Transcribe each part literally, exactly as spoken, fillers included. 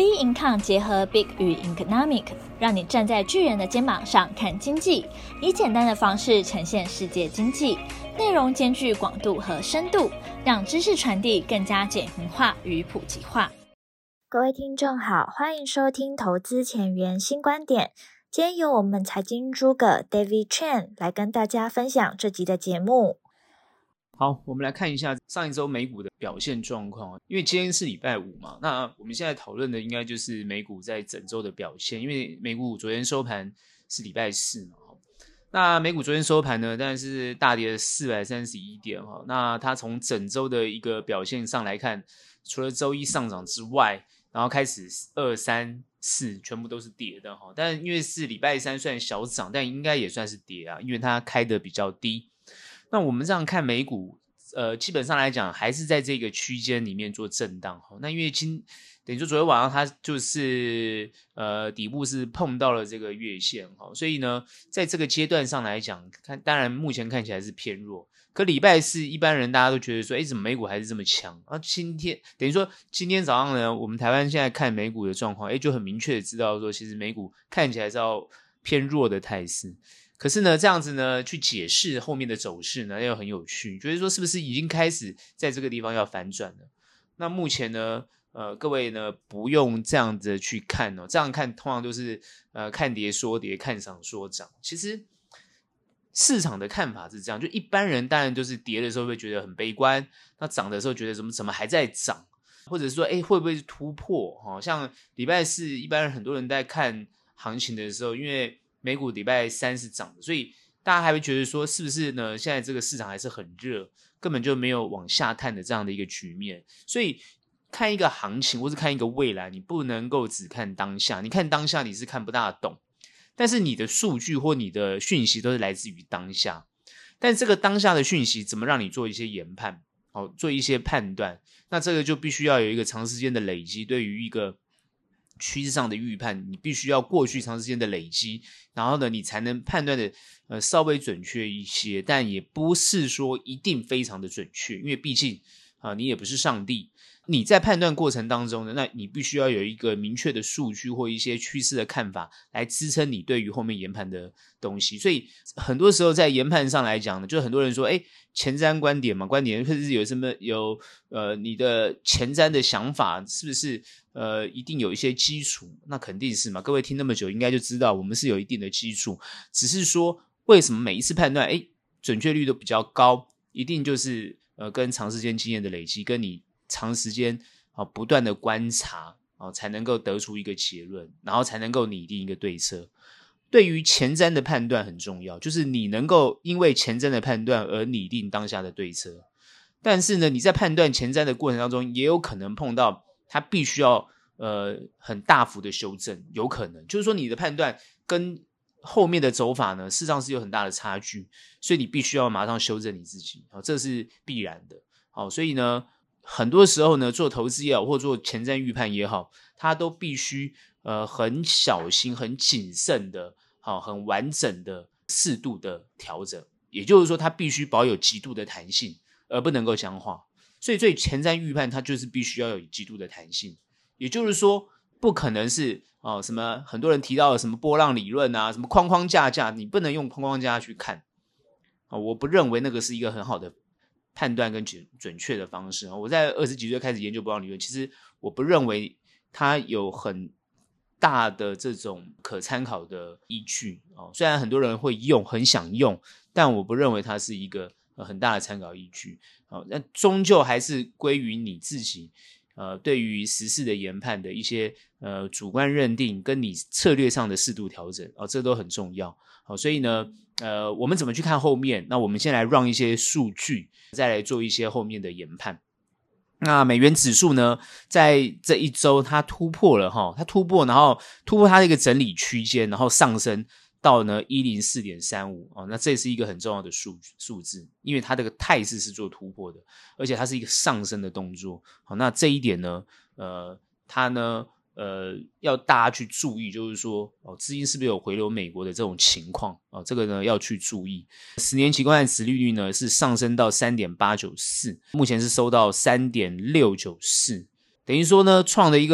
B Income 结合 Big 与 Economic， 让你站在巨人的肩膀上看经济，以简单的方式呈现世界经济，内容兼具广度和深度，让知识传递更加简明化与普及化。各位听众好，欢迎收听投资前沿新观点。今天由我们财经诸葛 David Chen 来跟大家分享这集的节目。 好，我们来看一下上一周美股的表现状况。因为今天是礼拜五嘛，那我们现在讨论的应该就是美股在整周的表现。因为美股昨天收盘是礼拜四嘛，那美股昨天收盘呢，当然是大跌了四百三十一点。那它从整周的一个表现上来看，除了周一上涨之外，然后开始二三四全部都是跌的。但因为是礼拜三，虽然小涨，但应该也算是跌啊，因为它开得比较低。那我们这样看美股，呃，基本上来讲还是在这个区间里面做震荡。那因为今等于说昨天晚上它就是呃底部是碰到了这个月线，所以呢，在这个阶段上来讲，看当然目前看起来是偏弱。可礼拜四一般人大家都觉得说，哎，怎么美股还是这么强？啊，今天等于说今天早上呢，我们台湾现在看美股的状况，哎，就很明确的知道说，其实美股看起来是要偏弱的态势。可是呢，这样子呢，去解释后面的走势呢，又很有趣，就是说是不是已经开始在这个地方要反转了？那目前呢，呃，各位呢不用这样子去看哦，这样看通常都是呃看跌说跌，看涨说涨。其实市场的看法是这样，就一般人当然就是跌的时候会觉得很悲观，那涨的时候觉得怎么怎么还在涨，或者是说，哎，会不会是突破？哦，像礼拜四，一般人很多人在看行情的时候，因为美股礼拜三是涨的，所以大家还会觉得说是不是呢？现在这个市场还是很热，根本就没有往下探的这样的一个局面。所以看一个行情或是看一个未来，你不能够只看当下，你看当下你是看不大懂，但是你的数据或你的讯息都是来自于当下。但这个当下的讯息怎么让你做一些研判，好，做一些判断？那这个就必须要有一个长时间的累积，对于一个趋势上的预判，你必须要过去长时间的累积，然后呢，你才能判断的呃稍微准确一些，但也不是说一定非常的准确，因为毕竟啊、呃，你也不是上帝。你在判断过程当中呢，那你必须要有一个明确的数据或一些趋势的看法来支撑你对于后面研判的东西。所以很多时候在研判上来讲呢，就很多人说，哎，前瞻观点嘛，观点或者是有什么有呃你的前瞻的想法是不是呃一定有一些基础？那肯定是嘛，各位听那么久应该就知道我们是有一定的基础，只是说为什么每一次判断哎准确率都比较高，一定就是呃跟长时间经验的累积，跟你长时间、啊、不断的观察、啊、才能够得出一个结论，然后才能够拟定一个对策。对于前瞻的判断很重要，就是你能够因为前瞻的判断而拟定当下的对策。但是呢，你在判断前瞻的过程当中，也有可能碰到它必须要呃很大幅的修正，有可能就是说你的判断跟后面的走法呢，事实上是有很大的差距，所以你必须要马上修正你自己，哦、这是必然的。好，所以呢，很多时候呢，做投资也好，或做前瞻预判也好，它都必须呃很小心、很谨慎的、好、很完整的、适度的调整。也就是说，它必须保有极度的弹性，而不能够僵化。所以，所以前瞻预判它就是必须要有极度的弹性。也就是说，不可能是哦什么很多人提到的什么波浪理论啊，什么框框架架，你不能用框框架去看。哦，我不认为那个是一个很好的判断跟准确的方式。我在二十几岁开始研究波浪理论，其实我不认为它有很大的这种可参考的依据。虽然很多人会用，很想用，但我不认为它是一个很大的参考依据。那终究还是归于你自己呃，对于时事的研判的一些呃主观认定跟你策略上的适度调整，哦，这都很重要。好，所以呢呃，我们怎么去看后面？那我们先来 run 一些数据，再来做一些后面的研判。那美元指数呢，在这一周它突破了齁，它突破，然后突破它的一个整理区间，然后上升到呢 一零四点三五、哦、那这是一个很重要的数数字，因为它这个态势是做突破的，而且它是一个上升的动作。好，那这一点呢，呃，它呢，呃，要大家去注意，就是说，哦，资金是不是有回流美国的这种情况啊、哦？这个呢要去注意。十年期公债殖利率呢是上升到 三点八九四， 目前是收到 三点六九四， 等于说呢创了一个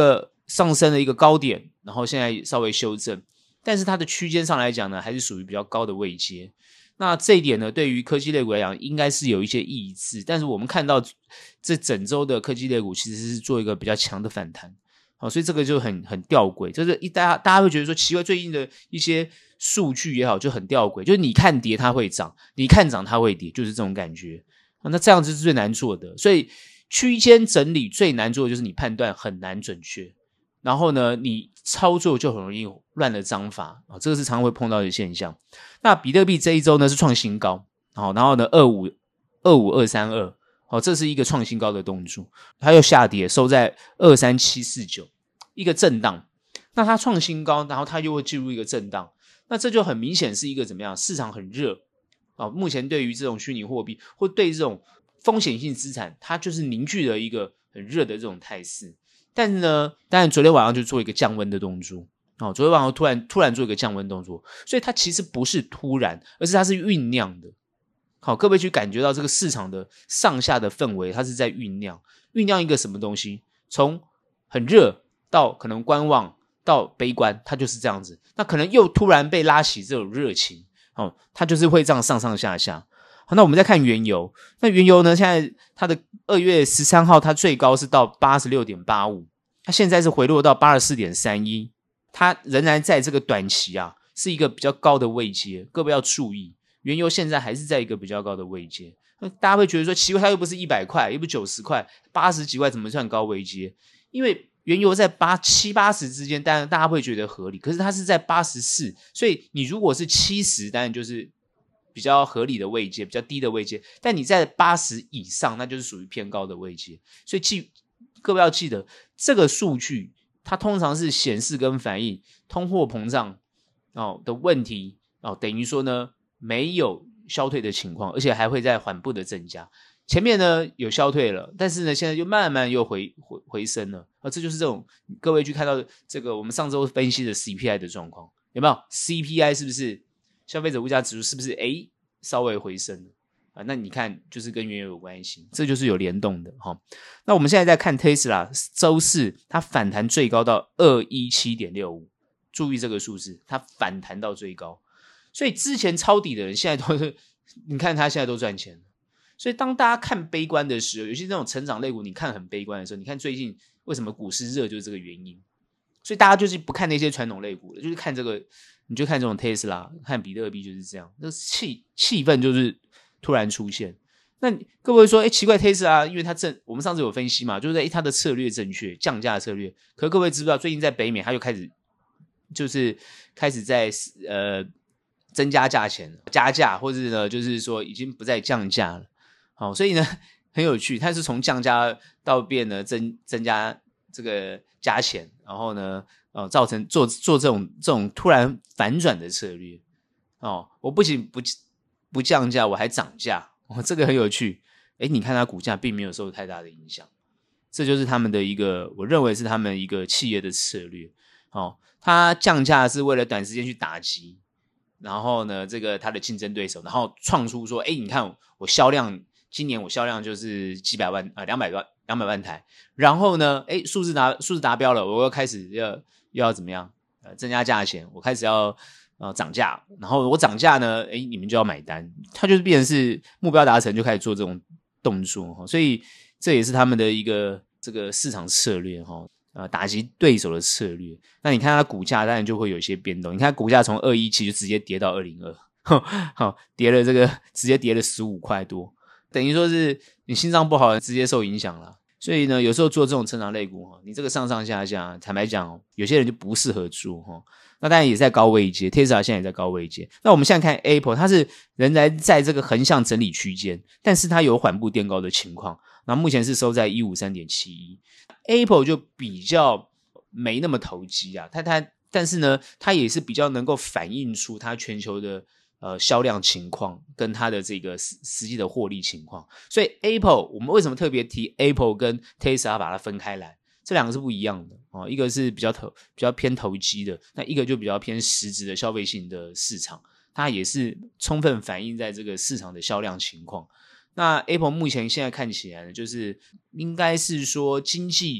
上升了一个高点，然后现在稍微修正，但是它的区间上来讲呢，还是属于比较高的位阶。那这一点呢，对于科技类股来讲，应该是有一些抑制，但是我们看到这整周的科技类股其实是做一个比较强的反弹，好，所以这个就很很吊诡，就是一大家大家会觉得说奇怪，最近的一些数据也好就很吊诡，就是你看跌它会涨，你看涨它会跌，就是这种感觉。那这样子是最难做的，所以区间整理最难做的就是你判断很难准确，然后呢你操作就很容易乱了章法，这个是常常会碰到的现象。那比特币这一周呢是创新高，然后呢二五二三二，这是一个创新高的动作，它又下跌收在二三七四九，一个震荡。那它创新高，然后它又会进入一个震荡，那这就很明显是一个怎么样，市场很热，目前对于这种虚拟货币或对这种风险性资产，它就是凝聚了一个很热的这种态势。但是呢，当然昨天晚上就做一个降温的动作，哦，昨天晚上突然突然做一个降温动作，所以它其实不是突然，而是它是酝酿的。好，各位去感觉到这个市场的上下的氛围，它是在酝酿，酝酿一个什么东西？从很热到可能观望到悲观，它就是这样子。那可能又突然被拉起这种热情，哦，它就是会这样上上下下。好，那我们再看原油，那原油呢，现在它的二月十三号它最高是到 八十六点八五， 它现在是回落到 八十四点三一， 它仍然在这个短期啊是一个比较高的位阶，各位要注意，原油现在还是在一个比较高的位阶。大家会觉得说奇怪，它又不是一百块，又不是九十块，八十几块怎么算高位阶？因为原油在八七八十之间，当然大家会觉得合理，可是它是在八十四，所以你如果是七十，当然就是比较合理的位阶，比较低的位阶，但你在八十以上，那就是属于偏高的位阶。所以记各位要记得，这个数据它通常是显示跟反映通货膨胀、哦、的问题、哦、等于说呢没有消退的情况，而且还会再缓步的增加。前面呢有消退了，但是呢现在又慢慢又回回回升了，而这就是这种各位去看到这个我们上周分析的 C P I 的状况，有没有 C P I 是不是消费者物价指数是不是诶稍微回升了啊？那你看就是跟原油有关系，这就是有联动的齁。那我们现在在看 Tesla 周四它反弹最高到 二一七点六五， 注意这个数字，它反弹到最高，所以之前抄底的人现在都是你看他现在都赚钱了。所以当大家看悲观的时候，尤其是这种成长类股你看很悲观的时候，你看最近为什么股市热就是这个原因。所以大家就是不看那些传统类股了，就是看这个，你就看这种 Tesla 看比特币就是这样，那气气氛就是突然出现。那各位说诶奇怪 Tesla 因为它正我们上次有分析嘛，就是诶它的策略正确，降价的策略，可是各位知不知道最近在北美它就开始就是开始在呃增加价钱，加价，或者呢就是说已经不再降价了。好，所以呢很有趣，它是从降价到变呢增增加这个加钱，然后呢呃造成做做这种这种突然反转的策略。哦，我不仅不不降价，我还涨价，哦，这个很有趣。诶你看它股价并没有受太大的影响，这就是他们的一个，我认为是他们一个企业的策略。哦，它降价是为了短时间去打击，然后呢这个它的竞争对手，然后创出说，诶你看我销量今年我销量就是几百万啊，两百万两百万台，然后呢，诶数字达数字达标了，我又开始要又要怎么样？呃，增加价钱，我开始要呃涨价，然后我涨价呢，诶你们就要买单，它就是变成是目标达成就开始做这种动作，所以这也是他们的一个这个市场策略哈，呃打击对手的策略。那你看它股价当然就会有一些变动，你看股价从二一七就直接跌到二零二，好，跌了这个直接跌了十五块多。等于说是你心脏不好直接受影响了，所以呢有时候做这种成长类股你这个上上下下坦白讲有些人就不适合做，那当然也在高位阶， Tesla 现在也在高位阶。那我们现在看 Apple， 它是仍然在这个横向整理区间，但是它有缓步垫高的情况，那目前是收在 一百五十三点七一， Apple 就比较没那么投机啊，它它但是呢它也是比较能够反映出它全球的呃，销量情况跟它的这个实际的获利情况，所以 Apple 我们为什么特别提 Apple 跟 Tesla 把它分开来？这两个是不一样的哦，一个是比较投比较偏投机的，那一个就比较偏实质的消费性的市场，它也是充分反映在这个市场的销量情况。那 Apple 目前现在看起来呢，就是应该是说经济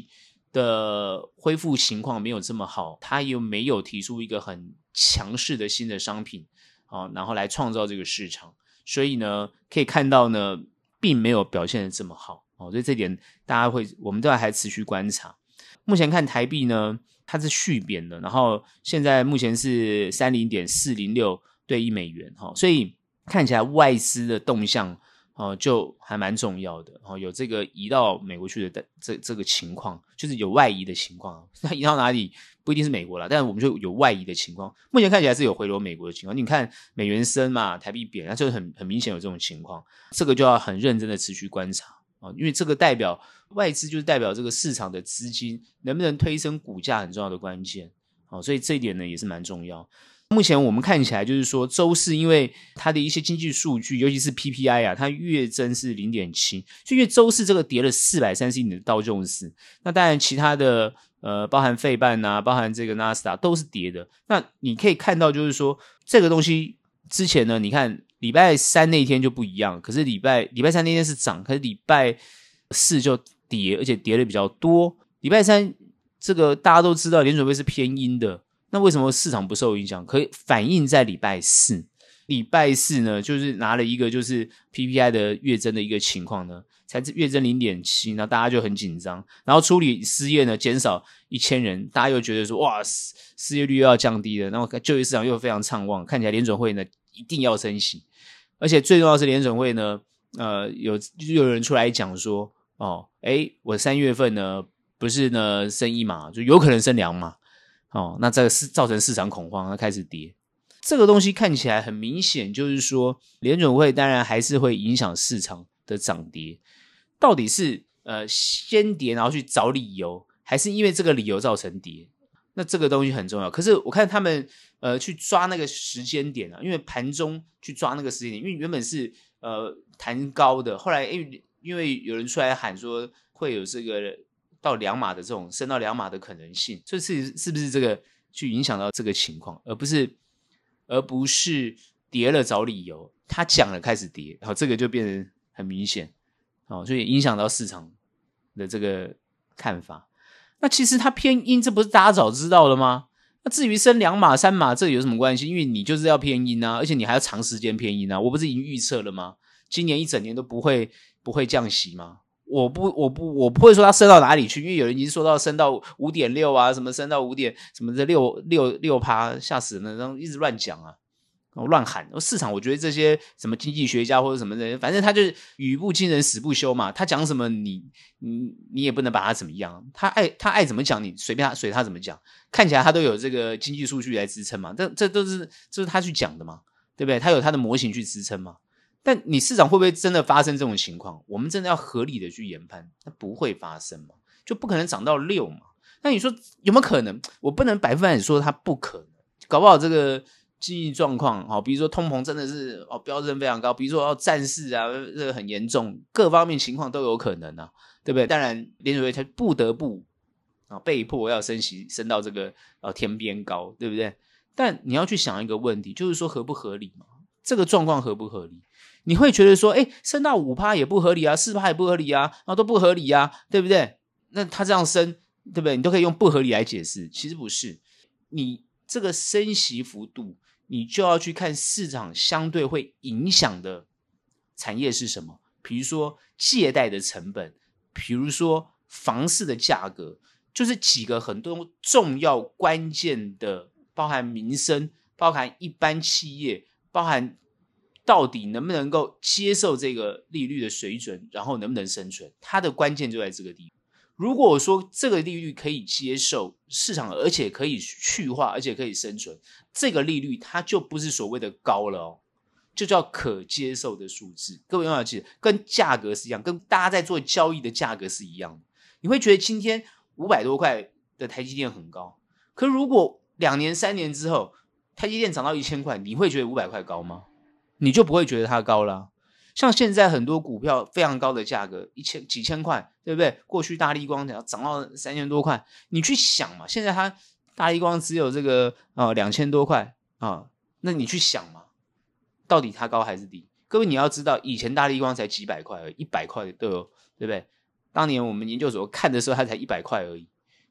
的恢复情况没有这么好，它又没有提出一个很强势的新的商品、哦、然后来创造这个市场，所以呢可以看到呢并没有表现得这么好、哦、所以这点大家会我们都还持续观察。目前看台币呢它是续贬的，然后现在目前是 三十点四零六 对一美元、哦、所以看起来外资的动向哦，就还蛮重要的哦，有这个移到美国去的这这个情况，就是有外移的情况。那移到哪里不一定是美国啦，但是我们就有外移的情况。目前看起来是有回流美国的情况。你看美元升嘛，台币贬，那就很很明显有这种情况。这个就要很认真的持续观察哦，因为这个代表外资就是代表这个市场的资金能不能推升股价很重要的关键哦，所以这一点呢也是蛮重要。目前我们看起来就是说周四因为它的一些经济数据尤其是 P P I 啊，它月增是 零点七， 所以因为周四这个跌了四百三十一点的道琼斯，那当然其他的呃包含费半啊包含这个纳斯达都是跌的。那你可以看到就是说这个东西之前呢，你看礼拜三那一天就不一样，可是礼拜礼拜三那天是涨，可是礼拜四就跌，而且跌的比较多。礼拜三这个大家都知道联准会是偏鹰的，那为什么市场不受影响？可以反映在礼拜四。礼拜四呢，就是拿了一个就是 P P I 的月增的一个情况呢，才月增 零点七， 那大家就很紧张。然后处理失业呢，减少一千人，大家又觉得说哇，失业率又要降低了，然后就业市场又非常畅旺，看起来联准会呢一定要升息。而且最重要的是联准会呢，呃，有就有人出来讲说，哦，诶，我三月份呢不是呢升一码，就有可能升两码。哦，那这个是造成市场恐慌，它开始跌。这个东西看起来很明显，就是说联准会当然还是会影响市场的涨跌。到底是呃先跌然后去找理由，还是因为这个理由造成跌？那这个东西很重要。可是我看他们呃去抓那个时间点啊，因为盘中去抓那个时间点，因为原本是呃弹高的，后来因为因为有人出来喊说会有这个到两码的这种升到两码的可能性，所以是是不是这个去影响到这个情况，而不是而不是跌了找理由，他讲了开始跌，然后这个就变成很明显，哦，所以影响到市场的这个看法。那其实它偏阴，这不是大家早知道了吗？那至于升两码三码，这有什么关系？因为你就是要偏阴啊，而且你还要长时间偏阴啊。我不是已经预测了吗？今年一整年都不会不会降息吗？我不我不我不会说它升到哪里去，因为有人已经说到升到 五点六 啊，什么升到五点什么的 六 六 六%，吓死人了，然后一直乱讲啊，乱喊。市场我觉得这些什么经济学家或者什么的，反正他就是语不惊人死不休嘛，他讲什么你你你也不能把他怎么样，他爱他爱怎么讲你随便他随他怎么讲，看起来他都有这个经济数据来支撑嘛，这这都是这是他去讲的嘛，对不对？他有他的模型去支撑嘛。但你市场会不会真的发生这种情况？我们真的要合理的去研判，那不会发生嘛，就不可能涨到六嘛。那你说有没有可能？我不能百分百说它不可能，搞不好这个经济状况，哦，比如说通膨真的是哦飙升非常高，比如说要战事啊，这个很严重，各方面情况都有可能啊，对不对？当然联准会才不得不啊被迫要升息，升到这个呃天边高，对不对？但你要去想一个问题，就是说合不合理嘛？这个状况合不合理？你会觉得说，哎，升到 百分之五 也不合理啊 ，百分之四 也不合理啊，然后都不合理啊，对不对？那他这样升，对不对？你都可以用不合理来解释，其实不是。你这个升息幅度，你就要去看市场相对会影响的产业是什么，比如说借贷的成本，比如说房市的价格，就是几个很多重要关键的，包含民生，包含一般企业，包含到底能不能够接受这个利率的水准，然后能不能生存，它的关键就在这个地方。如果说这个利率可以接受市场，而且可以去化，而且可以生存，这个利率它就不是所谓的高了哦，就叫可接受的数字。各位要记得，跟价格是一样，跟大家在做交易的价格是一样的。你会觉得今天五百多块的台积电很高，可是如果两年三年之后台积电涨到一千块，你会觉得五百块高吗？你就不会觉得它高啦。像现在很多股票非常高的价格，一千几千块，对不对？过去大立光涨到三千多块，你去想嘛，现在它大立光只有这个呃两千多块啊，那你去想嘛，到底它高还是低？各位你要知道，以前大立光才几百块而已，一百块都有，对不对？当年我们研究所看的时候，它才一百块而已。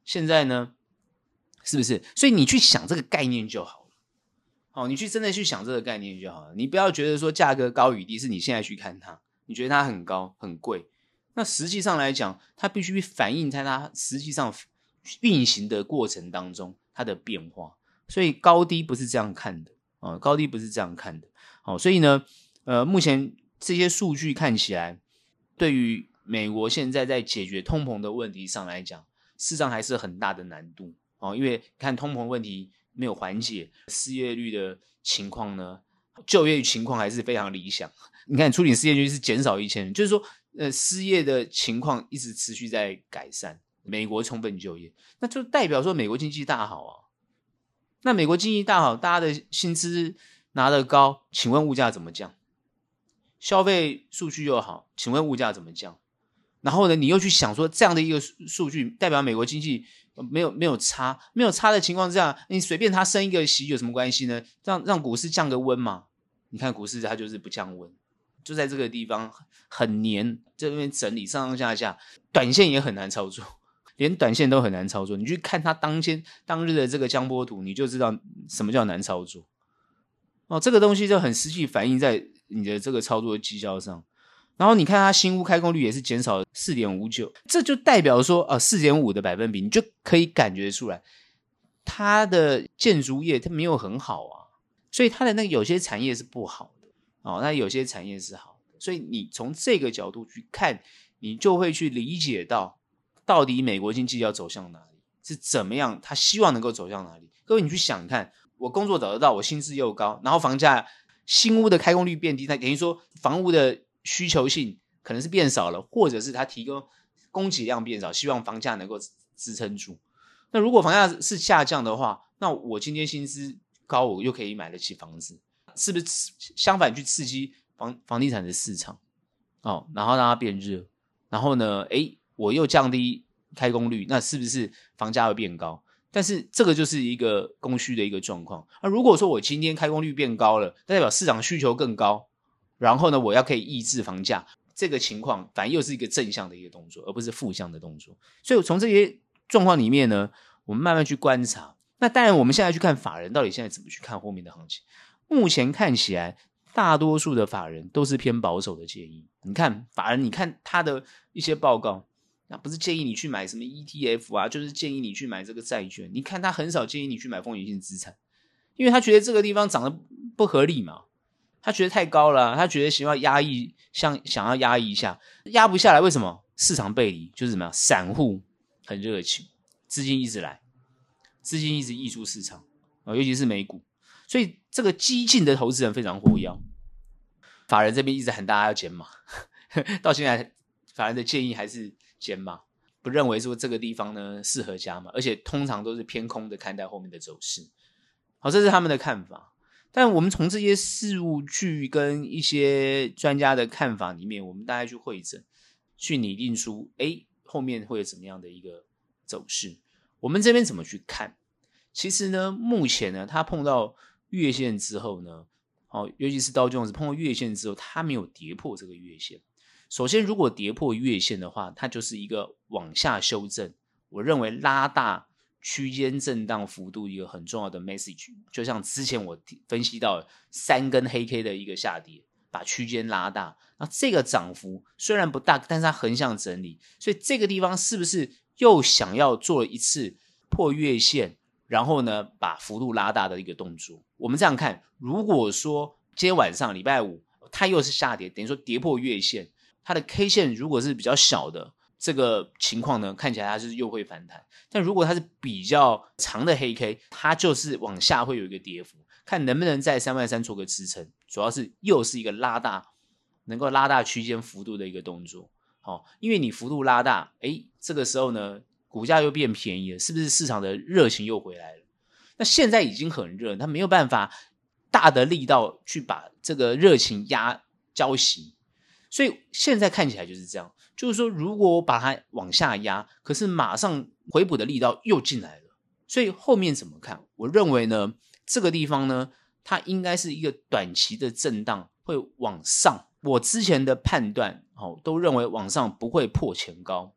现在呢，是不是？所以你去想这个概念就好了。哦，你去真的去想这个概念就好了。你不要觉得说价格高与低是你现在去看它，你觉得它很高很贵，那实际上来讲，它必须反映在它实际上运行的过程当中它的变化。所以高低不是这样看的。哦，高低不是这样看的。哦，所以呢，呃，目前这些数据看起来，对于美国现在在解决通膨的问题上来讲，事实上还是很大的难度。哦，因为看通膨问题没有缓解，失业率的情况呢，就业情况还是非常理想。你看，初领失业率是减少一千人，就是说，呃，失业的情况一直持续在改善。美国充分就业，那就代表说美国经济大好啊。那美国经济大好，大家的薪资拿得高，请问物价怎么降？消费数据又好，请问物价怎么降？然后呢，你又去想说这样的一个数据代表美国经济没有没有差，没有差的情况之下，你随便它升一个息有什么关系呢？让让股市降个温嘛？你看股市它就是不降温，就在这个地方很黏，这边整理上上下下，短线也很难操作。连短线都很难操作，你去看它当天当日的这个江波图，你就知道什么叫难操作。哦，这个东西就很实际反映在你的这个操作的绩效上。然后你看它新屋开工率也是减少 四点五九， 这就代表说呃 四点五 的百分比，你就可以感觉出来它的建筑业它没有很好啊，所以它的那个有些产业是不好的。哦，那有些产业是好的，所以你从这个角度去看，你就会去理解到到底美国经济要走向哪里，是怎么样，他希望能够走向哪里。各位你去想看，我工作找得到，我薪资又高，然后房价新屋的开工率变低，那等于说房屋的需求性可能是变少了，或者是他提供供给量变少，希望房价能够支撑住。那如果房价是下降的话，那我今天薪资高，我又可以买得起房子，是不是相反去刺激房房地产的市场？哦，然后让它变热，然后呢，诶我又降低开工率，那是不是房价会变高？但是这个就是一个供需的一个状况。那如果说我今天开工率变高了，代表市场需求更高，然后呢，我要可以抑制房价，这个情况反而又是一个正向的一个动作，而不是负向的动作。所以从这些状况里面呢，我们慢慢去观察。那当然我们现在去看法人到底现在怎么去看后面的行情。目前看起来大多数的法人都是偏保守的建议。你看法人，你看他的一些报告，那不是建议你去买什么 E T F 啊，就是建议你去买这个债券。你看他很少建议你去买风险性资产，因为他觉得这个地方涨得不合理嘛，他觉得太高了，他觉得想要压抑，像想要压抑一下，压不下来。为什么？市场背离，就是怎么样？散户很热情，资金一直来，资金一直溢出市场，尤其是美股，所以这个激进的投资人非常活跃。法人这边一直喊大家要减码，到现在法人的建议还是减码，不认为说这个地方呢适合加码，而且通常都是偏空的看待后面的走势。好，这是他们的看法。但我们从这些事物据跟一些专家的看法里面，我们大概去汇整，去拟定出诶后面会有怎么样的一个走势。我们这边怎么去看？其实呢，目前呢，它碰到月线之后呢，哦，尤其是道琼斯碰到月线之后，它没有跌破这个月线。首先，如果跌破月线的话，它就是一个往下修正。我认为拉大区间震荡幅度一个很重要的 message， 就像之前我分析到三根黑 K 的一个下跌，把区间拉大。那这个涨幅虽然不大，但是它横向整理，所以这个地方是不是又想要做一次破月线，然后呢把幅度拉大的一个动作？我们这样看，如果说今天晚上礼拜五它又是下跌，等于说跌破月线，它的 K 线如果是比较小的这个情况呢，看起来它是又会反弹。但如果它是比较长的黑 K， 它就是往下会有一个跌幅，看能不能在三万三做个支撑，主要是又是一个拉大，能够拉大区间幅度的一个动作。哦，因为你幅度拉大，诶，这个时候呢股价又变便宜了，是不是市场的热情又回来了？那现在已经很热，它没有办法大的力道去把这个热情压浇熄，所以现在看起来就是这样，就是说如果我把它往下压，可是马上回补的力道又进来了，所以后面怎么看？我认为呢，这个地方呢，它应该是一个短期的震荡，会往上。我之前的判断、哦、都认为往上不会破前高，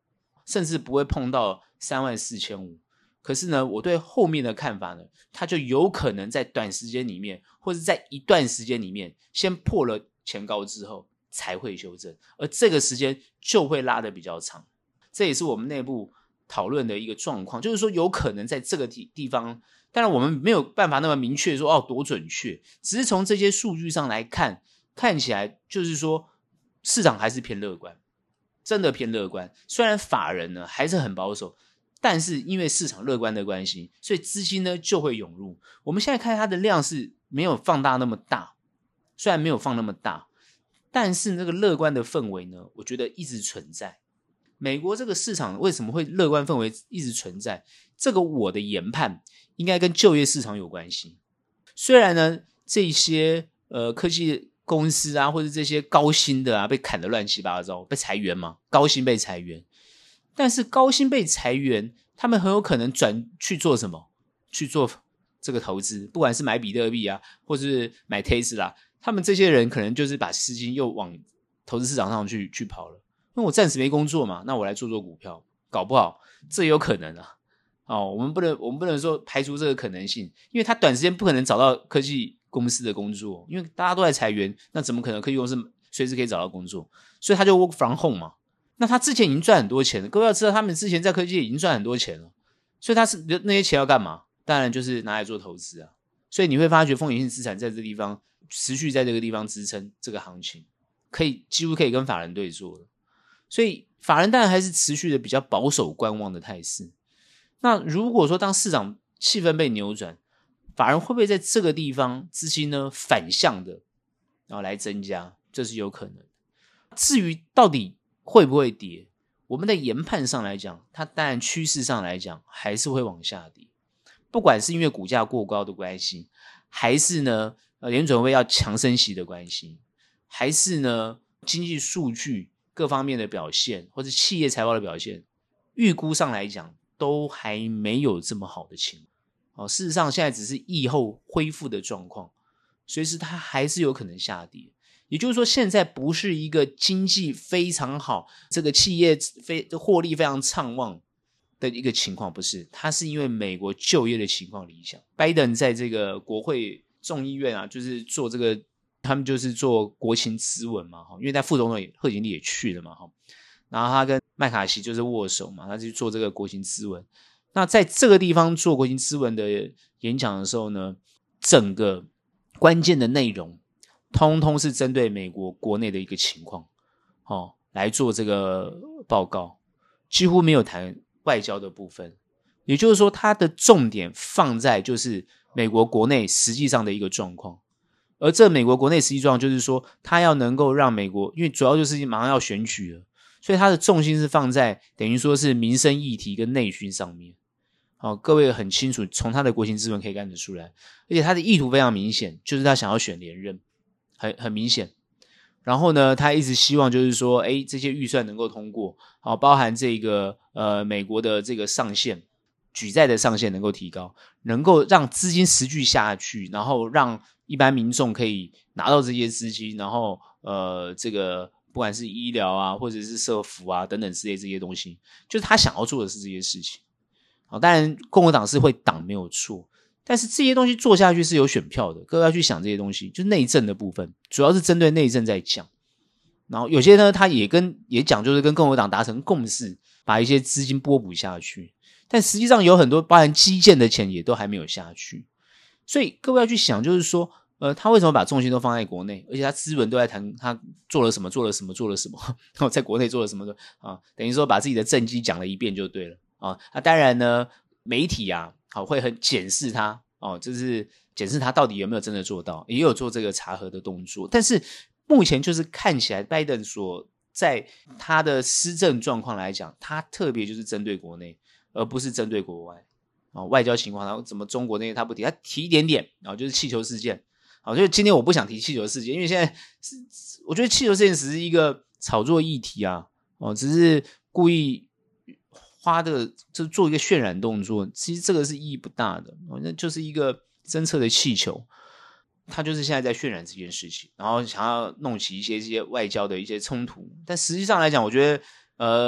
甚至不会碰到三万四千五。可是呢，我对后面的看法呢，它就有可能在短时间里面，或者在一段时间里面，先破了前高之后才会修正，而这个时间就会拉得比较长。这也是我们内部讨论的一个状况，就是说有可能在这个地地方，当然我们没有办法那么明确说哦多准确，只是从这些数据上来看，看起来就是说市场还是偏乐观，真的偏乐观。虽然法人呢还是很保守，但是因为市场乐观的关系，所以资金呢就会涌入。我们现在看它的量是没有放大那么大，虽然没有放那么大，但是那个乐观的氛围呢，我觉得一直存在。美国这个市场为什么会乐观氛围一直存在？这个我的研判应该跟就业市场有关系。虽然呢，这些呃科技公司啊，或者这些高薪的啊，被砍得乱七八糟，被裁员嘛，高薪被裁员。但是高薪被裁员，他们很有可能转去做什么？去做这个投资，不管是买比特币啊，或是买 Tesla， 他们这些人可能就是把资金又往投资市场上去去跑了。因为我暂时没工作嘛，那我来做做股票，搞不好这也有可能啊。哦，我们不能我们不能说排除这个可能性，因为他短时间不可能找到科技公司的工作，因为大家都在裁员，那怎么可能科技公司随时可以找到工作？所以他就 work from home 嘛。那他之前已经赚很多钱了，各位要知道他们之前在科技业已经赚很多钱了，所以他是那些钱要干嘛？当然就是拿来做投资啊。所以你会发觉风险性资产在这个地方持续在这个地方支撑这个行情，可以几乎可以跟法人对做了。所以法人当然还是持续的比较保守观望的态势。那如果说当市场气氛被扭转，法人会不会在这个地方资金呢反向的然后来增加？这是有可能。至于到底会不会跌，我们的研判上来讲，它当然趋势上来讲还是会往下跌，不管是因为股价过高的关系，还是呢呃联准会要强升息的关系，还是呢经济数据各方面的表现，或者企业财报的表现，预估上来讲都还没有这么好的情况。哦，事实上现在只是疫后恢复的状况，随时它还是有可能下跌。也就是说，现在不是一个经济非常好，这个企业非获利非常畅旺的一个情况，不是，它是因为美国就业的情况理想。拜登在这个国会众议院啊，就是做这个，他们就是做国情咨文嘛，因为在副总统贺锦丽也去了嘛，然后他跟麦卡锡就是握手嘛，他就做这个国情咨文。那在这个地方做国情咨文的演讲的时候呢，整个关键的内容通通是针对美国国内的一个情况，哦，来做这个报告，几乎没有谈外交的部分。也就是说，它的重点放在就是美国国内实际上的一个状况。而这美国国内实际状况就是说，它要能够让美国，因为主要就是马上要选举了，所以它的重心是放在等于说是民生议题跟内需上面。哦，各位很清楚，从他的国情咨文可以看得出来，而且他的意图非常明显，就是他想要选连任。很很明显，然后呢，他一直希望就是说，哎，这些预算能够通过，好，包含这个呃美国的这个上限，举债的上限能够提高，能够让资金持续下去，然后让一般民众可以拿到这些资金，然后呃这个不管是医疗啊，或者是社福啊等等之类这些东西，就是他想要做的是这些事情。好，当然共和党是会挡没有错。但是这些东西做下去是有选票的，各位要去想这些东西，就是内政的部分，主要是针对内政在讲。然后有些呢，他也跟也讲，就是跟共和党达成共识，把一些资金拨补下去。但实际上有很多包含基建的钱也都还没有下去，所以各位要去想，就是说，呃，他为什么把重心都放在国内，而且他资本都在谈他做了什么，做了什么，做了什么，在国内做了什么啊？等于说把自己的政绩讲了一遍就对了啊。那当然呢，媒体啊。好，会很检视他哦，就是检视他到底有没有真的做到，也有做这个查核的动作。但是目前就是看起来，拜登所在他的施政状况来讲，他特别就是针对国内，而不是针对国外。哦，外交情况，然后怎么中国那些他不提，他提一点点，然后就是气球事件。好，所以今天我不想提气球事件，因为现在是我觉得气球事件只是一个炒作议题啊，哦，只是故意。花的就做一个渲染动作，其实这个是意义不大的，那就是一个侦测的气球，他就是现在在渲染这件事情，然后想要弄起一些这些外交的一些冲突，但实际上来讲，我觉得呃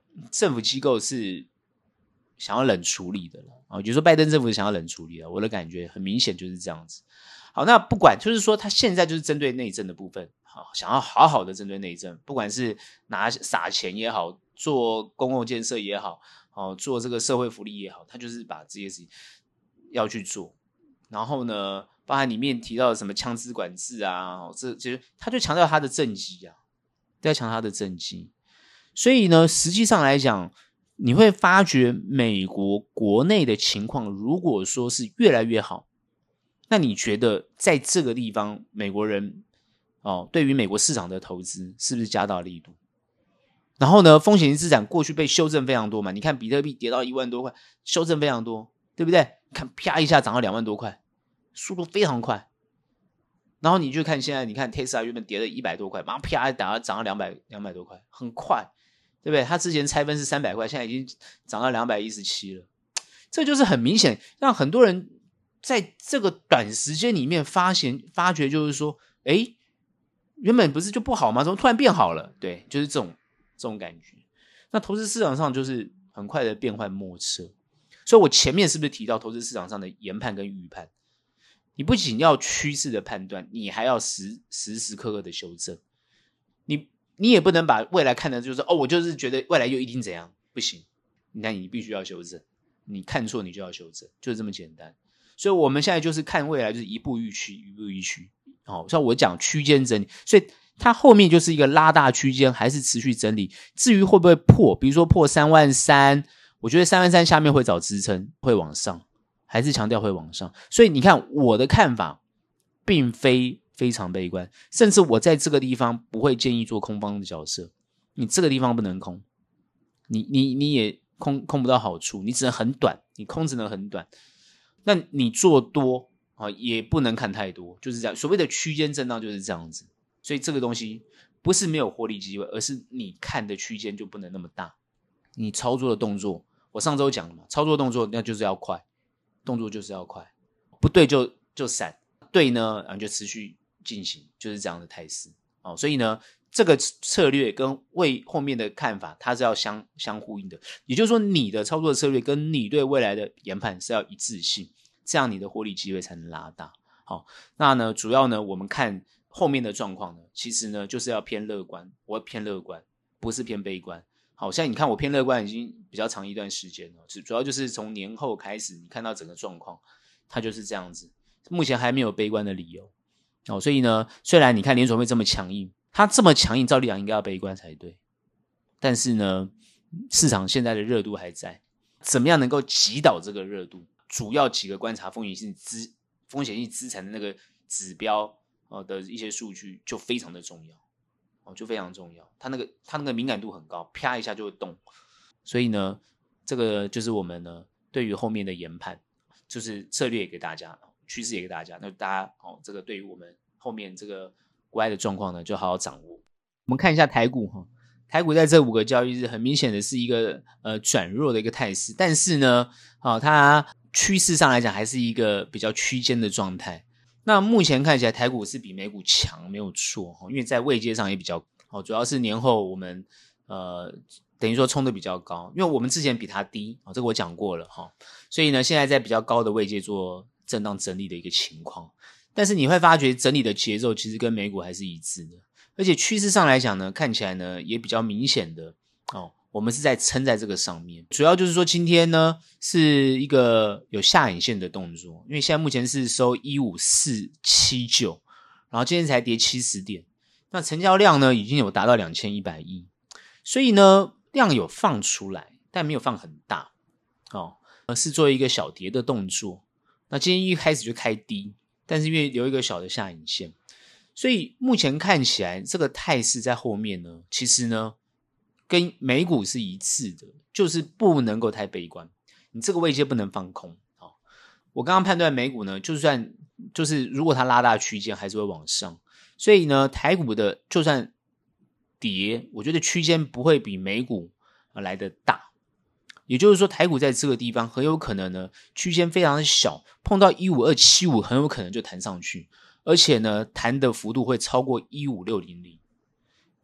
政府机构是想要冷处理的了啊，也就是说拜登政府想要冷处理了，我的感觉很明显就是这样子。好，那不管就是说他现在就是针对内政的部分，好，想要好好的针对内政，不管是拿撒钱也好，做公共建设也好，哦，做这个社会福利也好，他就是把这些事情要去做。然后呢，包含里面提到的什么枪支管制啊，这其实他就强调他的政绩啊，在强调他的政绩。所以呢，实际上来讲，你会发觉美国国内的情况，如果说是越来越好，那你觉得在这个地方，美国人哦，对于美国市场的投资是不是加大力度？然后呢，风险性资产过去被修正非常多嘛，你看比特币跌到一万多块，修正非常多，对不对？看啪一下涨到两万多块，速度非常快。然后你就看现在，你看 Tesla 原本跌了一百多块，马上啪打涨到两百两百多块，很快，对不对？它之前拆分是三百块，现在已经涨到两百一十七了。这就是很明显让很多人在这个短时间里面发现发觉，就是说，诶，原本不是就不好吗？怎么突然变好了？对，就是这种这种感觉。那投资市场上就是很快的变幻莫测。所以我前面是不是提到投资市场上的研判跟预判？你不仅要趋势的判断，你还要时时时刻刻的修正。你你也不能把未来看的就是哦，我就是觉得未来又一定怎样，不行。那你必须要修正，你看错你就要修正，就是这么简单。所以我们现在就是看未来，就是一步一趋，一步一趋。好，像我讲区间整理，所以它后面就是一个拉大区间，还是持续整理。至于会不会破，比如说破三万三。我觉得三万三下面会找支撑，会往上，还是强调会往上。所以你看我的看法并非非常悲观，甚至我在这个地方不会建议做空方的角色。你这个地方不能空，你你你也空空不到好处，你只能很短，你空只能很短。那你做多啊也不能看太多，就是这样。所谓的区间震荡就是这样子。所以这个东西不是没有获利机会，而是你看的区间就不能那么大，你操作的动作。我上周讲了嘛，操作动作那就是要快，动作就是要快，不对就就闪，对呢，然后就持续进行，就是这样的态势。哦，所以呢，这个策略跟为后面的看法，它是要相相呼应的。也就是说，你的操作策略跟你对未来的研判是要一致性，这样你的获利机会才能拉大。好，那呢，主要呢，我们看后面的状况呢，其实呢，就是要偏乐观，我会偏乐观，不是偏悲观。好，现在你看我偏乐观已经比较长一段时间了，主要就是从年后开始，你看到整个状况，它就是这样子。目前还没有悲观的理由。哦，所以呢，虽然你看联准会这么强硬，它这么强硬，照理讲应该要悲观才对。但是呢，市场现在的热度还在，怎么样能够击倒这个热度？主要几个观察风险性资风险性资产的那个指标呃的一些数据就非常的重要。哦，就非常重要，它那个它那个敏感度很高，啪一下就会动。所以呢，这个就是我们呢对于后面的研判，就是策略也给大家，趋势也给大家。那大家哦，这个对于我们后面这个国外的状况呢，就好好掌握。我们看一下台股哈，台股在这五个交易日，很明显的是一个呃转弱的一个态势，但是呢，啊、哦，它趋势上来讲还是一个比较区间的状态。那目前看起来台股是比美股强，没有错，因为在位阶上也比较高，主要是年后我们呃等于说冲的比较高，因为我们之前比它低，这个我讲过了，所以呢现在在比较高的位阶做震荡整理的一个情况。但是你会发觉整理的节奏其实跟美股还是一致的，而且趋势上来讲呢，看起来呢也比较明显的哦，我们是在撑在这个上面。主要就是说今天呢是一个有下影线的动作，因为现在目前是收一五四七九，然后今天才跌七十点，那成交量呢已经有达到两千一百亿，所以呢量有放出来，但没有放很大哦，是做一个小跌的动作。那今天一开始就开低，但是因为留一个小的下影线，所以目前看起来这个态势在后面呢，其实呢跟美股是一致的，就是不能够太悲观，你这个位阶不能放空。哦，我刚刚判断美股呢，就算就是如果它拉大区间还是会往上，所以呢台股的就算跌，我觉得区间不会比美股来得大，也就是说台股在这个地方很有可能呢区间非常的小，碰到一五二七五很有可能就弹上去，而且呢弹的幅度会超过一五六零零。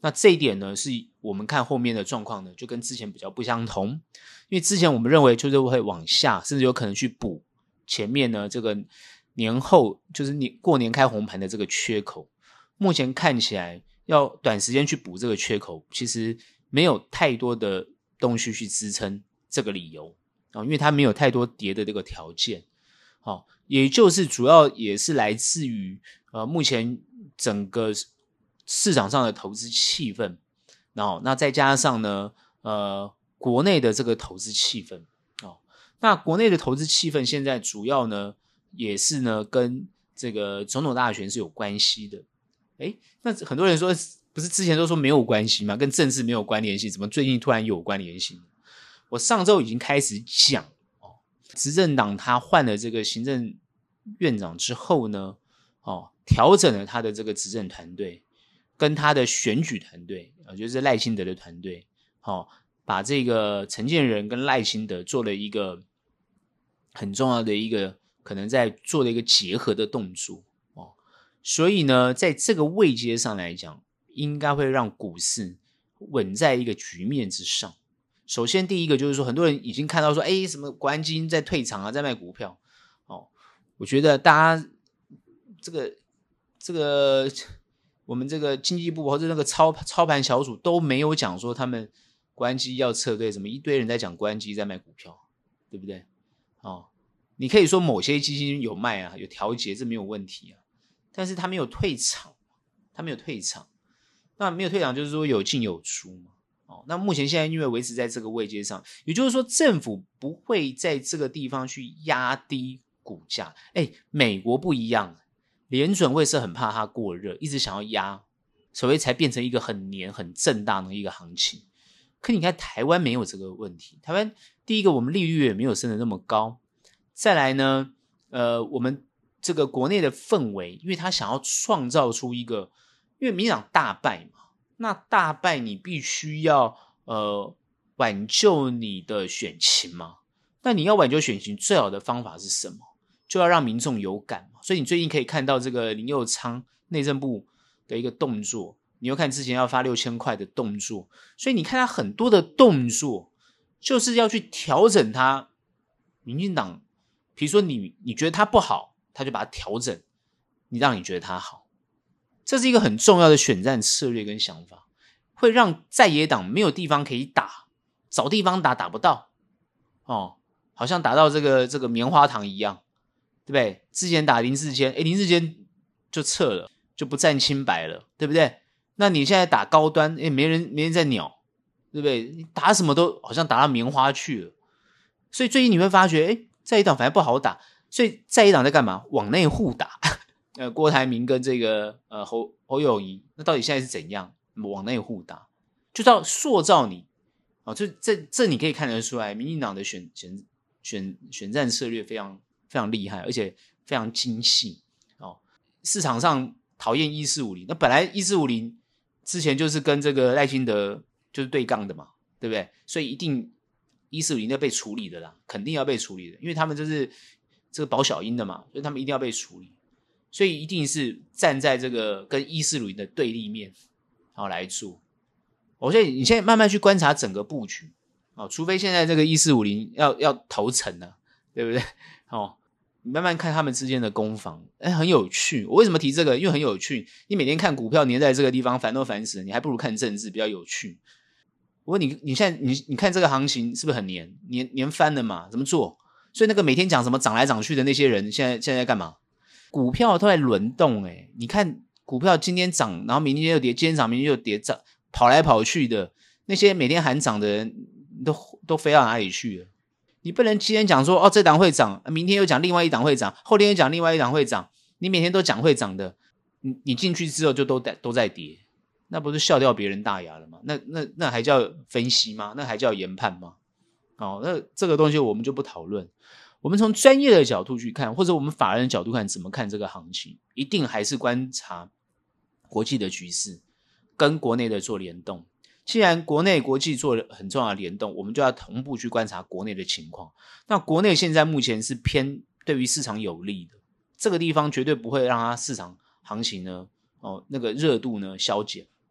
那这一点呢，是我们看后面的状况呢，就跟之前比较不相同。因为之前我们认为就是会往下，甚至有可能去补前面呢这个年后就是你过年开红盘的这个缺口。目前看起来要短时间去补这个缺口，其实没有太多的东西去支撑这个理由、哦、因为它没有太多跌的这个条件。哦，也就是主要也是来自于呃目前整个市场上的投资气氛，然后那再加上呢呃国内的这个投资气氛。哦，那国内的投资气氛现在主要呢也是呢跟这个总统大选是有关系的。诶，那很多人说不是之前都说没有关系吗？跟政治没有关联性，怎么最近突然有关联性？我上周已经开始讲执政党他换了这个行政院长之后呢，哦，调整了他的这个执政团队跟他的选举团队，也就是赖清德的团队，哦，把这个陈建仁跟赖清德做了一个很重要的一个可能在做了一个结合的动作。哦，所以呢，在这个位阶上来讲，应该会让股市稳在一个局面之上。首先第一个就是说，很多人已经看到说，诶，什么国安基金在退场啊，在卖股票。哦，我觉得大家这个这个我们这个经济部或者那个操操盘小组都没有讲说他们国安基金要撤退，什么一堆人在讲国安基金在卖股票，对不对？哦，你可以说某些基金有卖啊，有调节，这没有问题啊，但是他没有退场，他没有退场，那没有退场就是说有进有出嘛。哦，那目前现在因为维持在这个位阶上，也就是说政府不会在这个地方去压低股价。诶，美国不一样，联准会是很怕它过热，一直想要压，所以才变成一个很黏很震荡的一个行情。可你看台湾没有这个问题，台湾第一个我们利率也没有升得那么高，再来呢呃，我们这个国内的氛围，因为他想要创造出一个，因为民进党大败嘛，那大败你必须要呃挽救你的选情嘛，那你要挽救选情最好的方法是什么？就要让民众有感嘛。所以你最近可以看到这个林右昌内政部的一个动作，你又看之前要发六千块的动作，所以你看他很多的动作就是要去调整他民进党，比如说你你觉得他不好，他就把它调整，你让你觉得他好。这是一个很重要的选战策略跟想法，会让在野党没有地方可以打，找地方打打不到哦，好像打到这个这个棉花糖一样，对不对？之前打林智坚，诶林智坚就撤了，就不站清白了，对不对？那你现在打高端，诶没人没人在鸟，对不对？你打什么都好像打到棉花去了。所以最近你会发觉，诶在野党反而不好打，所以在野党在干嘛？往内互打。呃，郭台铭跟这个呃侯侯友宜，那到底现在是怎样？往内互打，就是要塑造你哦。这这这你可以看得出来，民进党的选选选选战策略非常非常厉害，而且非常精细哦。市场上讨厌一四五零，那本来一四五零之前就是跟这个赖清德就是对杠的嘛，对不对？所以一定一四五零要被处理的啦，肯定要被处理的，因为他们就是这个保小英的嘛，所以他们一定要被处理。所以一定是站在这个跟一四五零的对立面好来做。我所以你现在慢慢去观察整个布局哦，除非现在这个一四五零要要投诚了，对不对？哦，你慢慢看他们之间的攻防，哎，很有趣。我为什么提这个？因为很有趣。你每天看股票黏在这个地方烦都烦死了，你还不如看政治比较有趣。不过你你现在你你看这个行情是不是很黏黏黏翻了嘛？怎么做？所以那个每天讲什么涨来涨去的那些人，现在现在在干嘛？股票都在轮动诶、欸、你看股票今天涨，然后明天又跌，今天涨明天又跌，涨跑来跑去的那些每天喊涨的人都都飞到哪里去了？你不能今天讲说哦这档会涨，明天又讲另外一档会涨，后天又讲另外一档会涨，你每天都讲会涨的，你你进去之后就都都在跌，那不是笑掉别人大牙了吗？那那那还叫分析吗？那还叫研判吗？哦，那这个东西我们就不讨论。我们从专业的角度去看，或者我们法人的角度看，怎么看这个行情，一定还是观察国际的局势跟国内的做联动。既然国内国际做很重要的联动，我们就要同步去观察国内的情况。那国内现在目前是偏对于市场有利的，这个地方绝对不会让它市场行情呢，哦，那个热度呢消减。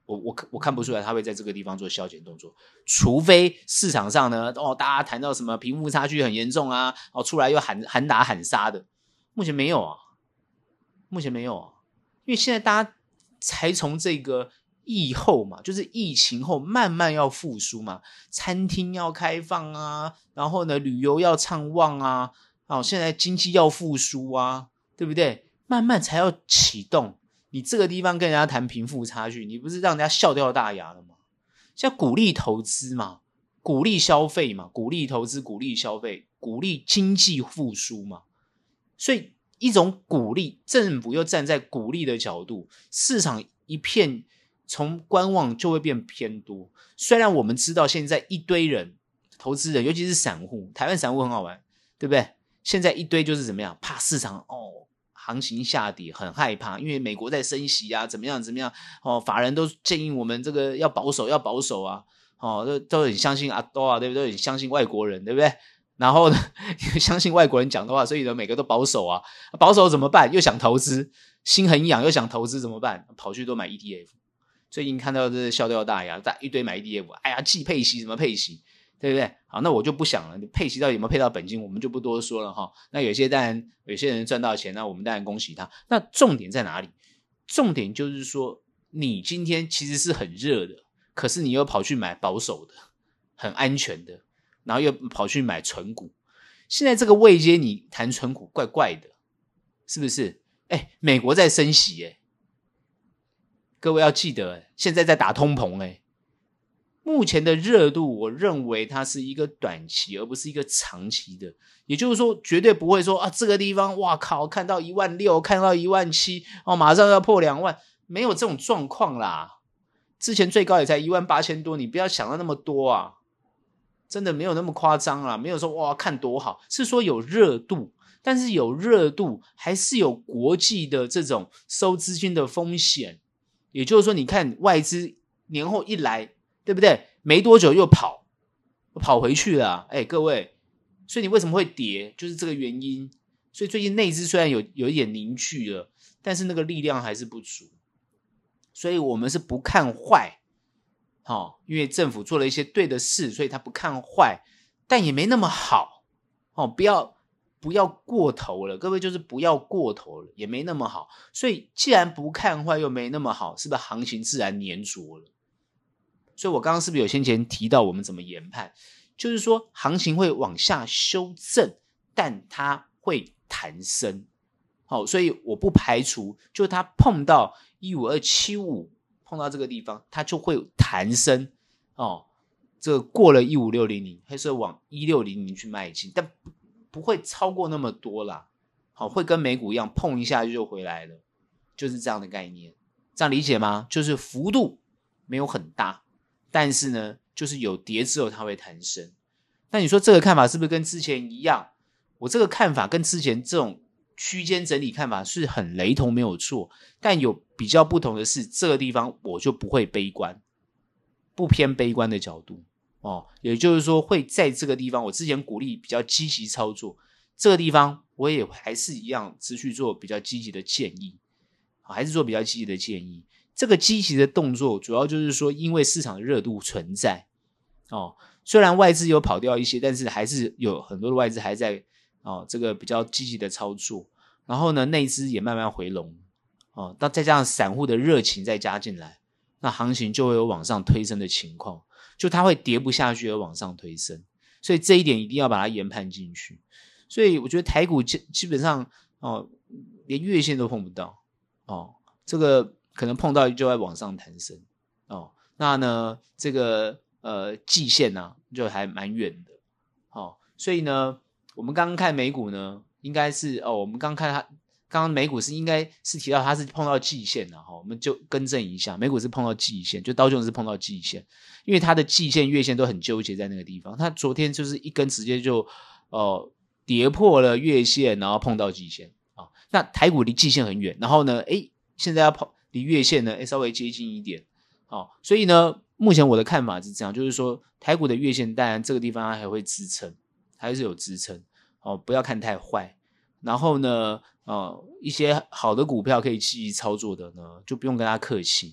我我我看不出来他会在这个地方做削减动作，除非市场上呢，哦，大家谈到什么贫富差距很严重啊，哦，出来又喊喊打喊杀的，目前没有啊，目前没有啊，因为现在大家才从这个疫后嘛，就是疫情后慢慢要复苏嘛，餐厅要开放啊，然后呢，旅游要畅旺啊，哦，现在经济要复苏啊，对不对？慢慢才要启动。你这个地方跟人家谈贫富差距，你不是让人家笑掉大牙了吗？像鼓励投资嘛，鼓励消费嘛，鼓励投资，鼓励消费，鼓励经济复苏嘛。所以一种鼓励，政府又站在鼓励的角度，市场一片从观望就会变偏多。虽然我们知道现在一堆人，投资人，尤其是散户，台湾散户很好玩，对不对？现在一堆就是怎么样，怕市场哦。行情下跌很害怕，因为美国在升息啊，怎么样怎么样哦，法人都建议我们这个要保守要保守啊，哦，都都很相信阿多啊，对不对？都很相信外国人，对不对？然后呢，相信外国人讲的话，所以呢，每个都保守啊，保守怎么办？又想投资，心很痒，又想投资怎么办？跑去都买 E T F。最近看到这笑掉大牙，一堆买 E T F， 哎呀，既配息什么配息？对不对？好，那我就不想了。你配息到底有没有配到本金，我们就不多说了哈。那有些当然，有些人赚到钱，那我们当然恭喜他。那重点在哪里？重点就是说，你今天其实是很热的，可是你又跑去买保守的、很安全的，然后又跑去买存股。现在这个位阶，你谈存股怪怪的，是不是？哎，美国在升息，哎，各位要记得，哎，现在在打通膨，哎。目前的热度，我认为它是一个短期，而不是一个长期的。也就是说，绝对不会说啊，这个地方哇靠，看到一万六，看到一万七，哦，马上要破两万，没有这种状况啦。之前最高也才一万八千多，你不要想到那么多啊，真的没有那么夸张啦，没有说哇看多好，是说有热度，但是有热度还是有国际的这种收资金的风险。也就是说，你看外资年后一来。对不对？没多久又跑，跑回去了、啊。哎，各位，所以你为什么会跌？就是这个原因。所以最近内资虽然有有一点凝聚了，但是那个力量还是不足。所以我们是不看坏，哦，因为政府做了一些对的事，所以他不看坏，但也没那么好。哦，不要不要过头了，各位就是不要过头了，也没那么好。所以既然不看坏又没那么好，是不是行情自然黏着了？所以我刚刚是不是有先前提到我们怎么研判，就是说行情会往下修正，但它会弹升。好，所以我不排除就它碰到一五二七五碰到这个地方，它就会弹升哦，这个过了一五六零零还是往一六零零去迈进，但不会超过那么多啦。好，会跟美股一样碰一下就回来了，就是这样的概念。这样理解吗？就是幅度没有很大，但是呢，就是有跌之后它会弹升。那你说这个看法是不是跟之前一样？我这个看法跟之前这种区间整理看法是很雷同，没有错。但有比较不同的是，这个地方我就不会悲观，不偏悲观的角度哦。也就是说，会在这个地方，我之前鼓励比较积极操作，这个地方我也还是一样持续做比较积极的建议，还是做比较积极的建议。这个积极的动作主要就是说因为市场的热度存在哦，虽然外资有跑掉一些，但是还是有很多的外资还在哦这个比较积极的操作，然后呢内资也慢慢回笼哦，那再加上散户的热情再加进来，那行情就会有往上推升的情况，就它会跌不下去而往上推升，所以这一点一定要把它研判进去。所以我觉得台股基本上哦连月线都碰不到哦，这个可能碰到就会往上弹升哦。那呢，这个呃季线呢、啊、就还蛮远的哦。所以呢，我们刚刚看美股呢，应该是哦，我们刚刚看它，刚刚美股是应该是提到它是碰到季线的哈、哦，我们就更正一下，美股是碰到季线，就道琼斯是碰到季线，因为它的季线、月线都很纠结在那个地方。它昨天就是一根直接就哦跌破了月线，然后碰到季线啊、哦。那台股离季线很远，然后呢，诶现在要跑离月线呢稍微接近一点哦，所以呢目前我的看法是这样，就是说台股的月线当然这个地方还会支撑，还是有支撑哦，不要看太坏。然后呢呃一些好的股票可以积极操作的呢就不用跟他客气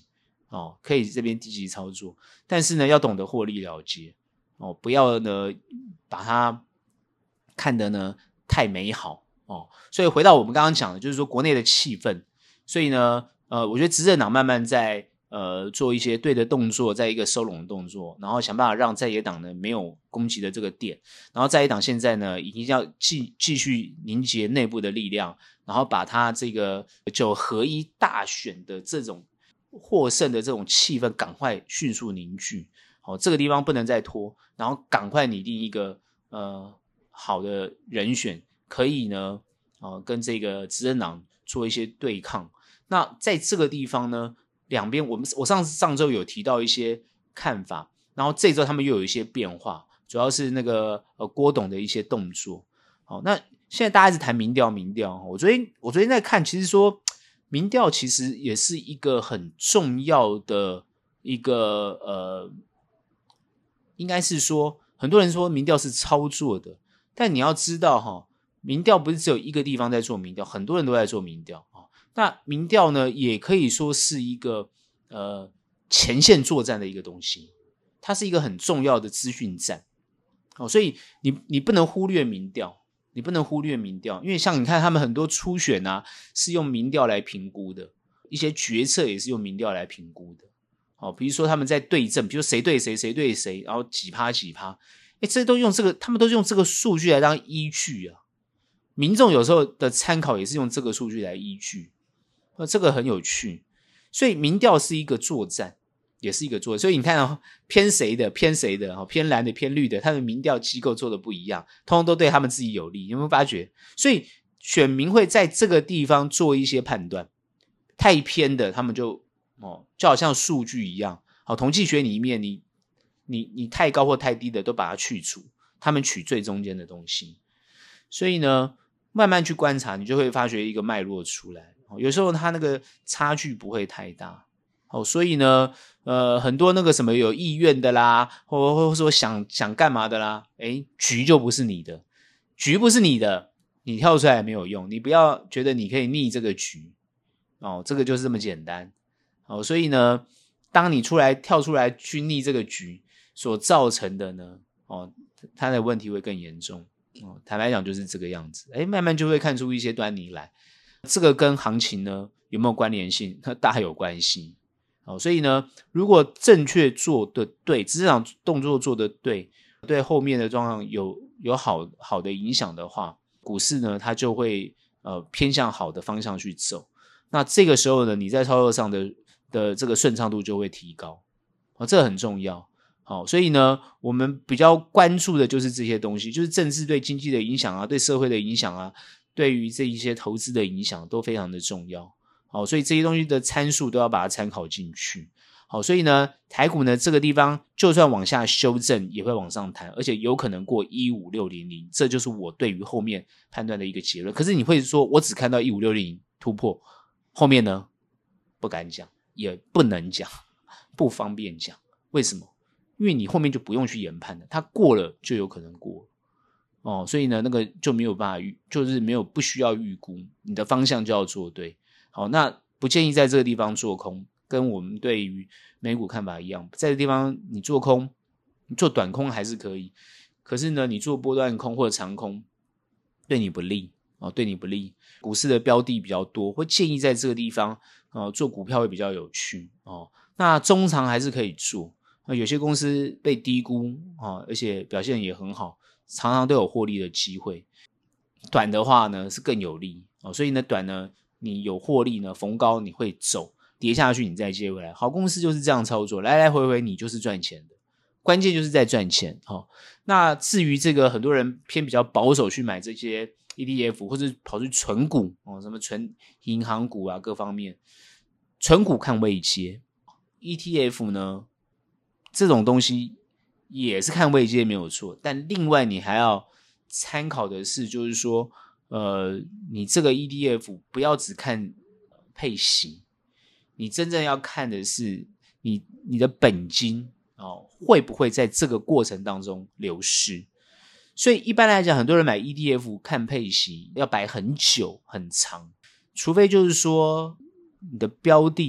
哦，可以这边积极操作，但是呢，要懂得获利了结哦，不要呢把它看得呢太美好哦。所以回到我们刚刚讲的，就是说国内的气氛，所以呢，呃，我觉得执政党慢慢在呃做一些对的动作，在一个收拢的动作，然后想办法让在野党呢没有攻击的这个点，然后在野党现在呢一定要继继续凝结内部的力量，然后把它这个九合一大选的这种获胜的这种气氛赶快迅速凝聚，哦，这个地方不能再拖，然后赶快拟定一个呃好的人选，可以呢，呃，跟这个执政党做一些对抗。那在这个地方呢，两边我们我上上周有提到一些看法，然后这周他们又有一些变化，主要是那个呃郭董的一些动作。好，那现在大家一直谈民调，民调，我昨天我昨天在看，其实说民调其实也是一个很重要的一个呃，应该是说很多人说民调是操作的，但你要知道哈，民调不是只有一个地方在做民调，很多人都在做民调。那民调呢，也可以说是一个呃前线作战的一个东西，它是一个很重要的资讯战。哦，所以你你不能忽略民调，你不能忽略民调，因为像你看他们很多初选啊，是用民调来评估的，一些决策也是用民调来评估的。哦，比如说他们在对阵，比如谁对谁，谁对谁，然后几趴几趴，诶，这都用这个，他们都是用这个数据来当依据啊。民众有时候的参考也是用这个数据来依据。呃，这个很有趣，所以民调是一个作战，也是一个作战。所以你看哦，偏谁的偏谁的，偏蓝的偏绿的，他们民调机构做的不一样，通通都对他们自己有利，有没有发觉？所以选民会在这个地方做一些判断，太偏的他们就哦，就好像数据一样，好，统计学里面你你你太高或太低的都把它去除，他们取最中间的东西。所以呢，慢慢去观察，你就会发觉一个脉络出来。有时候它那个差距不会太大，哦，所以呢，呃，很多那个什么有意愿的啦，或或说想想干嘛的啦，诶，局就不是你的，局不是你的，你跳出来也没有用，你不要觉得你可以逆这个局，哦，这个就是这么简单，哦，所以呢，当你出来跳出来去逆这个局所造成的呢，哦，它的问题会更严重，哦，坦白讲就是这个样子，诶，慢慢就会看出一些端倪来。这个跟行情呢有没有关联性？它大有关系。哦，所以呢，如果正确做的对，执政党动作做的对，对后面的状况有有好好的影响的话，股市呢它就会呃偏向好的方向去走。那这个时候呢，你在操作上的的这个顺畅度就会提高。哦，这很重要。好，所以呢，我们比较关注的就是这些东西，就是政治对经济的影响啊，对社会的影响啊。对于这一些投资的影响都非常的重要，好，所以这些东西的参数都要把它参考进去。好，所以呢，台股呢这个地方就算往下修正也会往上弹，而且有可能过一五六零零，这就是我对于后面判断的一个结论。可是你会说我只看到一五六零零突破，后面呢不敢讲，也不能讲，不方便讲。为什么？因为你后面就不用去研判了，它过了就有可能过了。哦，所以呢，那个就没有办法预，就是没有不需要预估，你的方向就要做对。好，那不建议在这个地方做空，跟我们对于美股看法一样，在这个地方你做空，你做短空还是可以，可是呢，你做波段空或者长空，对你不利哦，对你不利。股市的标的比较多，会建议在这个地方哦做股票会比较有趣哦。那中长还是可以做，有些公司被低估哦，而且表现也很好。常常都有获利的机会，短的话呢是更有利哦，所以呢短呢你有获利呢，逢高你会走，跌下去你再接回来，好公司就是这样操作，来来回回你就是赚钱的，关键就是在赚钱。哦，那至于这个很多人偏比较保守去买这些 E T F 或者跑去存股哦，什么存银行股啊各方面，存股看位阶， E T F 呢这种东西也是看位阶没有错，但另外你还要参考的是，就是说，呃，你这个 E T F 不要只看配息，你真正要看的是你你的本金哦，会不会在这个过程当中流失？所以一般来讲，很多人买 E T F 看配息要摆很久很长，除非就是说你的标的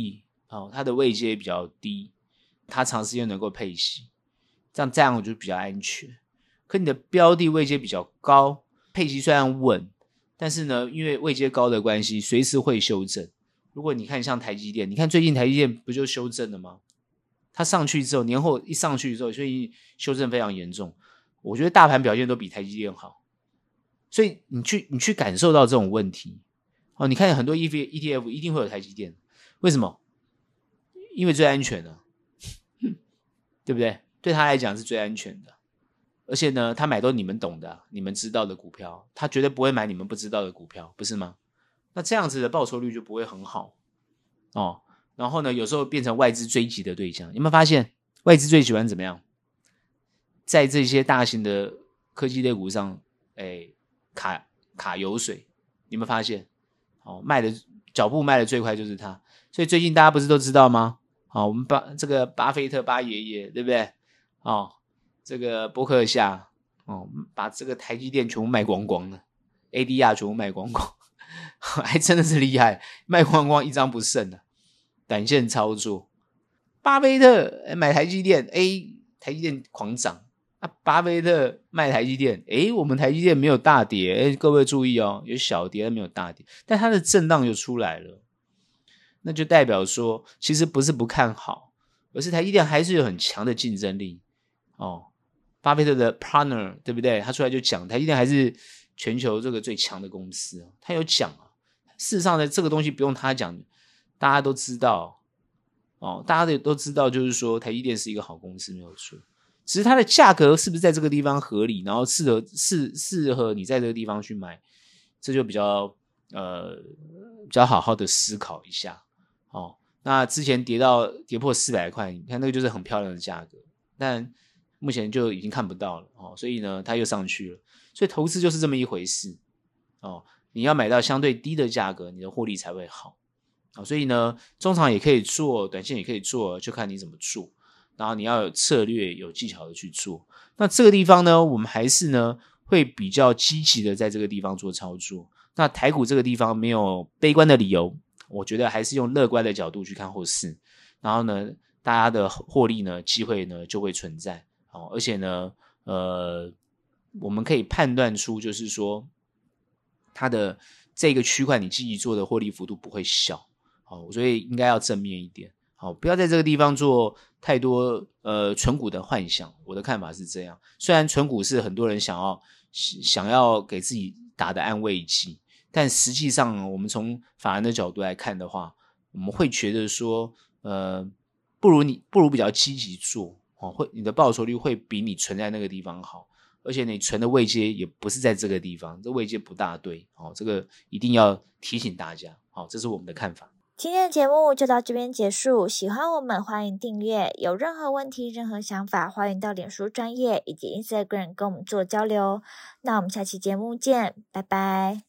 哦，它的位阶比较低，它长时间能够配息，这样这样就比较安全。可你的标的位阶比较高，配息虽然稳，但是呢，因为位阶高的关系，随时会修正。如果你看像台积电，你看最近台积电不就修正了吗？它上去之后，年后一上去之后，所以修正非常严重。我觉得大盘表现都比台积电好，所以你去你去感受到这种问题。哦，你看很多 E T F 一定会有台积电，为什么？因为最安全的，对不对？对他来讲是最安全的。而且呢，他买都你们懂的，你们知道的股票，他绝对不会买你们不知道的股票，不是吗？那这样子的报酬率就不会很好哦。然后呢，有时候变成外资追击的对象。有没有发现外资最喜欢怎么样？在这些大型的科技类股上，哎，卡卡油水。你有没有发现？哦，卖的脚步卖的最快就是他。所以最近大家不是都知道吗？哦，我们巴这个巴菲特巴爷爷，对不对？哦。这个伯克尔夏哦，把这个台积电全部卖光光了 ，A D R 全部卖光光，还真的是厉害，卖光光一张不剩了，短线操作。巴菲特买台积电，哎，台积电狂涨啊！巴菲特卖台积电，哎，我们台积电没有大跌，哎，各位注意哦，有小跌没有大跌，但它的震荡就出来了，那就代表说，其实不是不看好，而是台积电还是有很强的竞争力哦。巴菲特的 partner 对不对？他出来就讲台积电还是全球这个最强的公司，他有讲啊。事实上呢，这个东西不用他讲，大家都知道哦，大家都知道，就是说台积电是一个好公司没有错，只是它的价格是不是在这个地方合理，然后适合适适合你在这个地方去买，这就比较呃比较好好的思考一下哦。那之前跌到跌破四百块，你看那个就是很漂亮的价格，但目前就已经看不到了哦，所以呢，它又上去了。所以投资就是这么一回事哦，你要买到相对低的价格，你的获利才会好哦。所以呢，中长也可以做，短线也可以做，就看你怎么做。然后你要有策略、有技巧的去做。那这个地方呢，我们还是呢会比较积极的在这个地方做操作。那台股这个地方没有悲观的理由，我觉得还是用乐观的角度去看后市。然后呢，大家的获利呢，机会呢就会存在。哦，而且呢，呃，我们可以判断出，就是说，它的这个区块你积极做的获利幅度不会小，哦，所以应该要正面一点，好，不要在这个地方做太多呃存股的幻想。我的看法是这样，虽然存股是很多人想要想要给自己打的安慰剂，但实际上我们从法人的角度来看的话，我们会觉得说，呃，不如你不如比较积极做。哦，会你的报酬率会比你存在那个地方好，而且你存的位阶也不是在这个地方，这位阶不大对，哦，这个一定要提醒大家，好，这是我们的看法。 今天的节目就到这边结束，喜欢我们欢迎订阅，有任何问题、任何想法，欢迎到脸书专页以及 Instagram 跟我们做交流。那我们下期节目见，拜拜。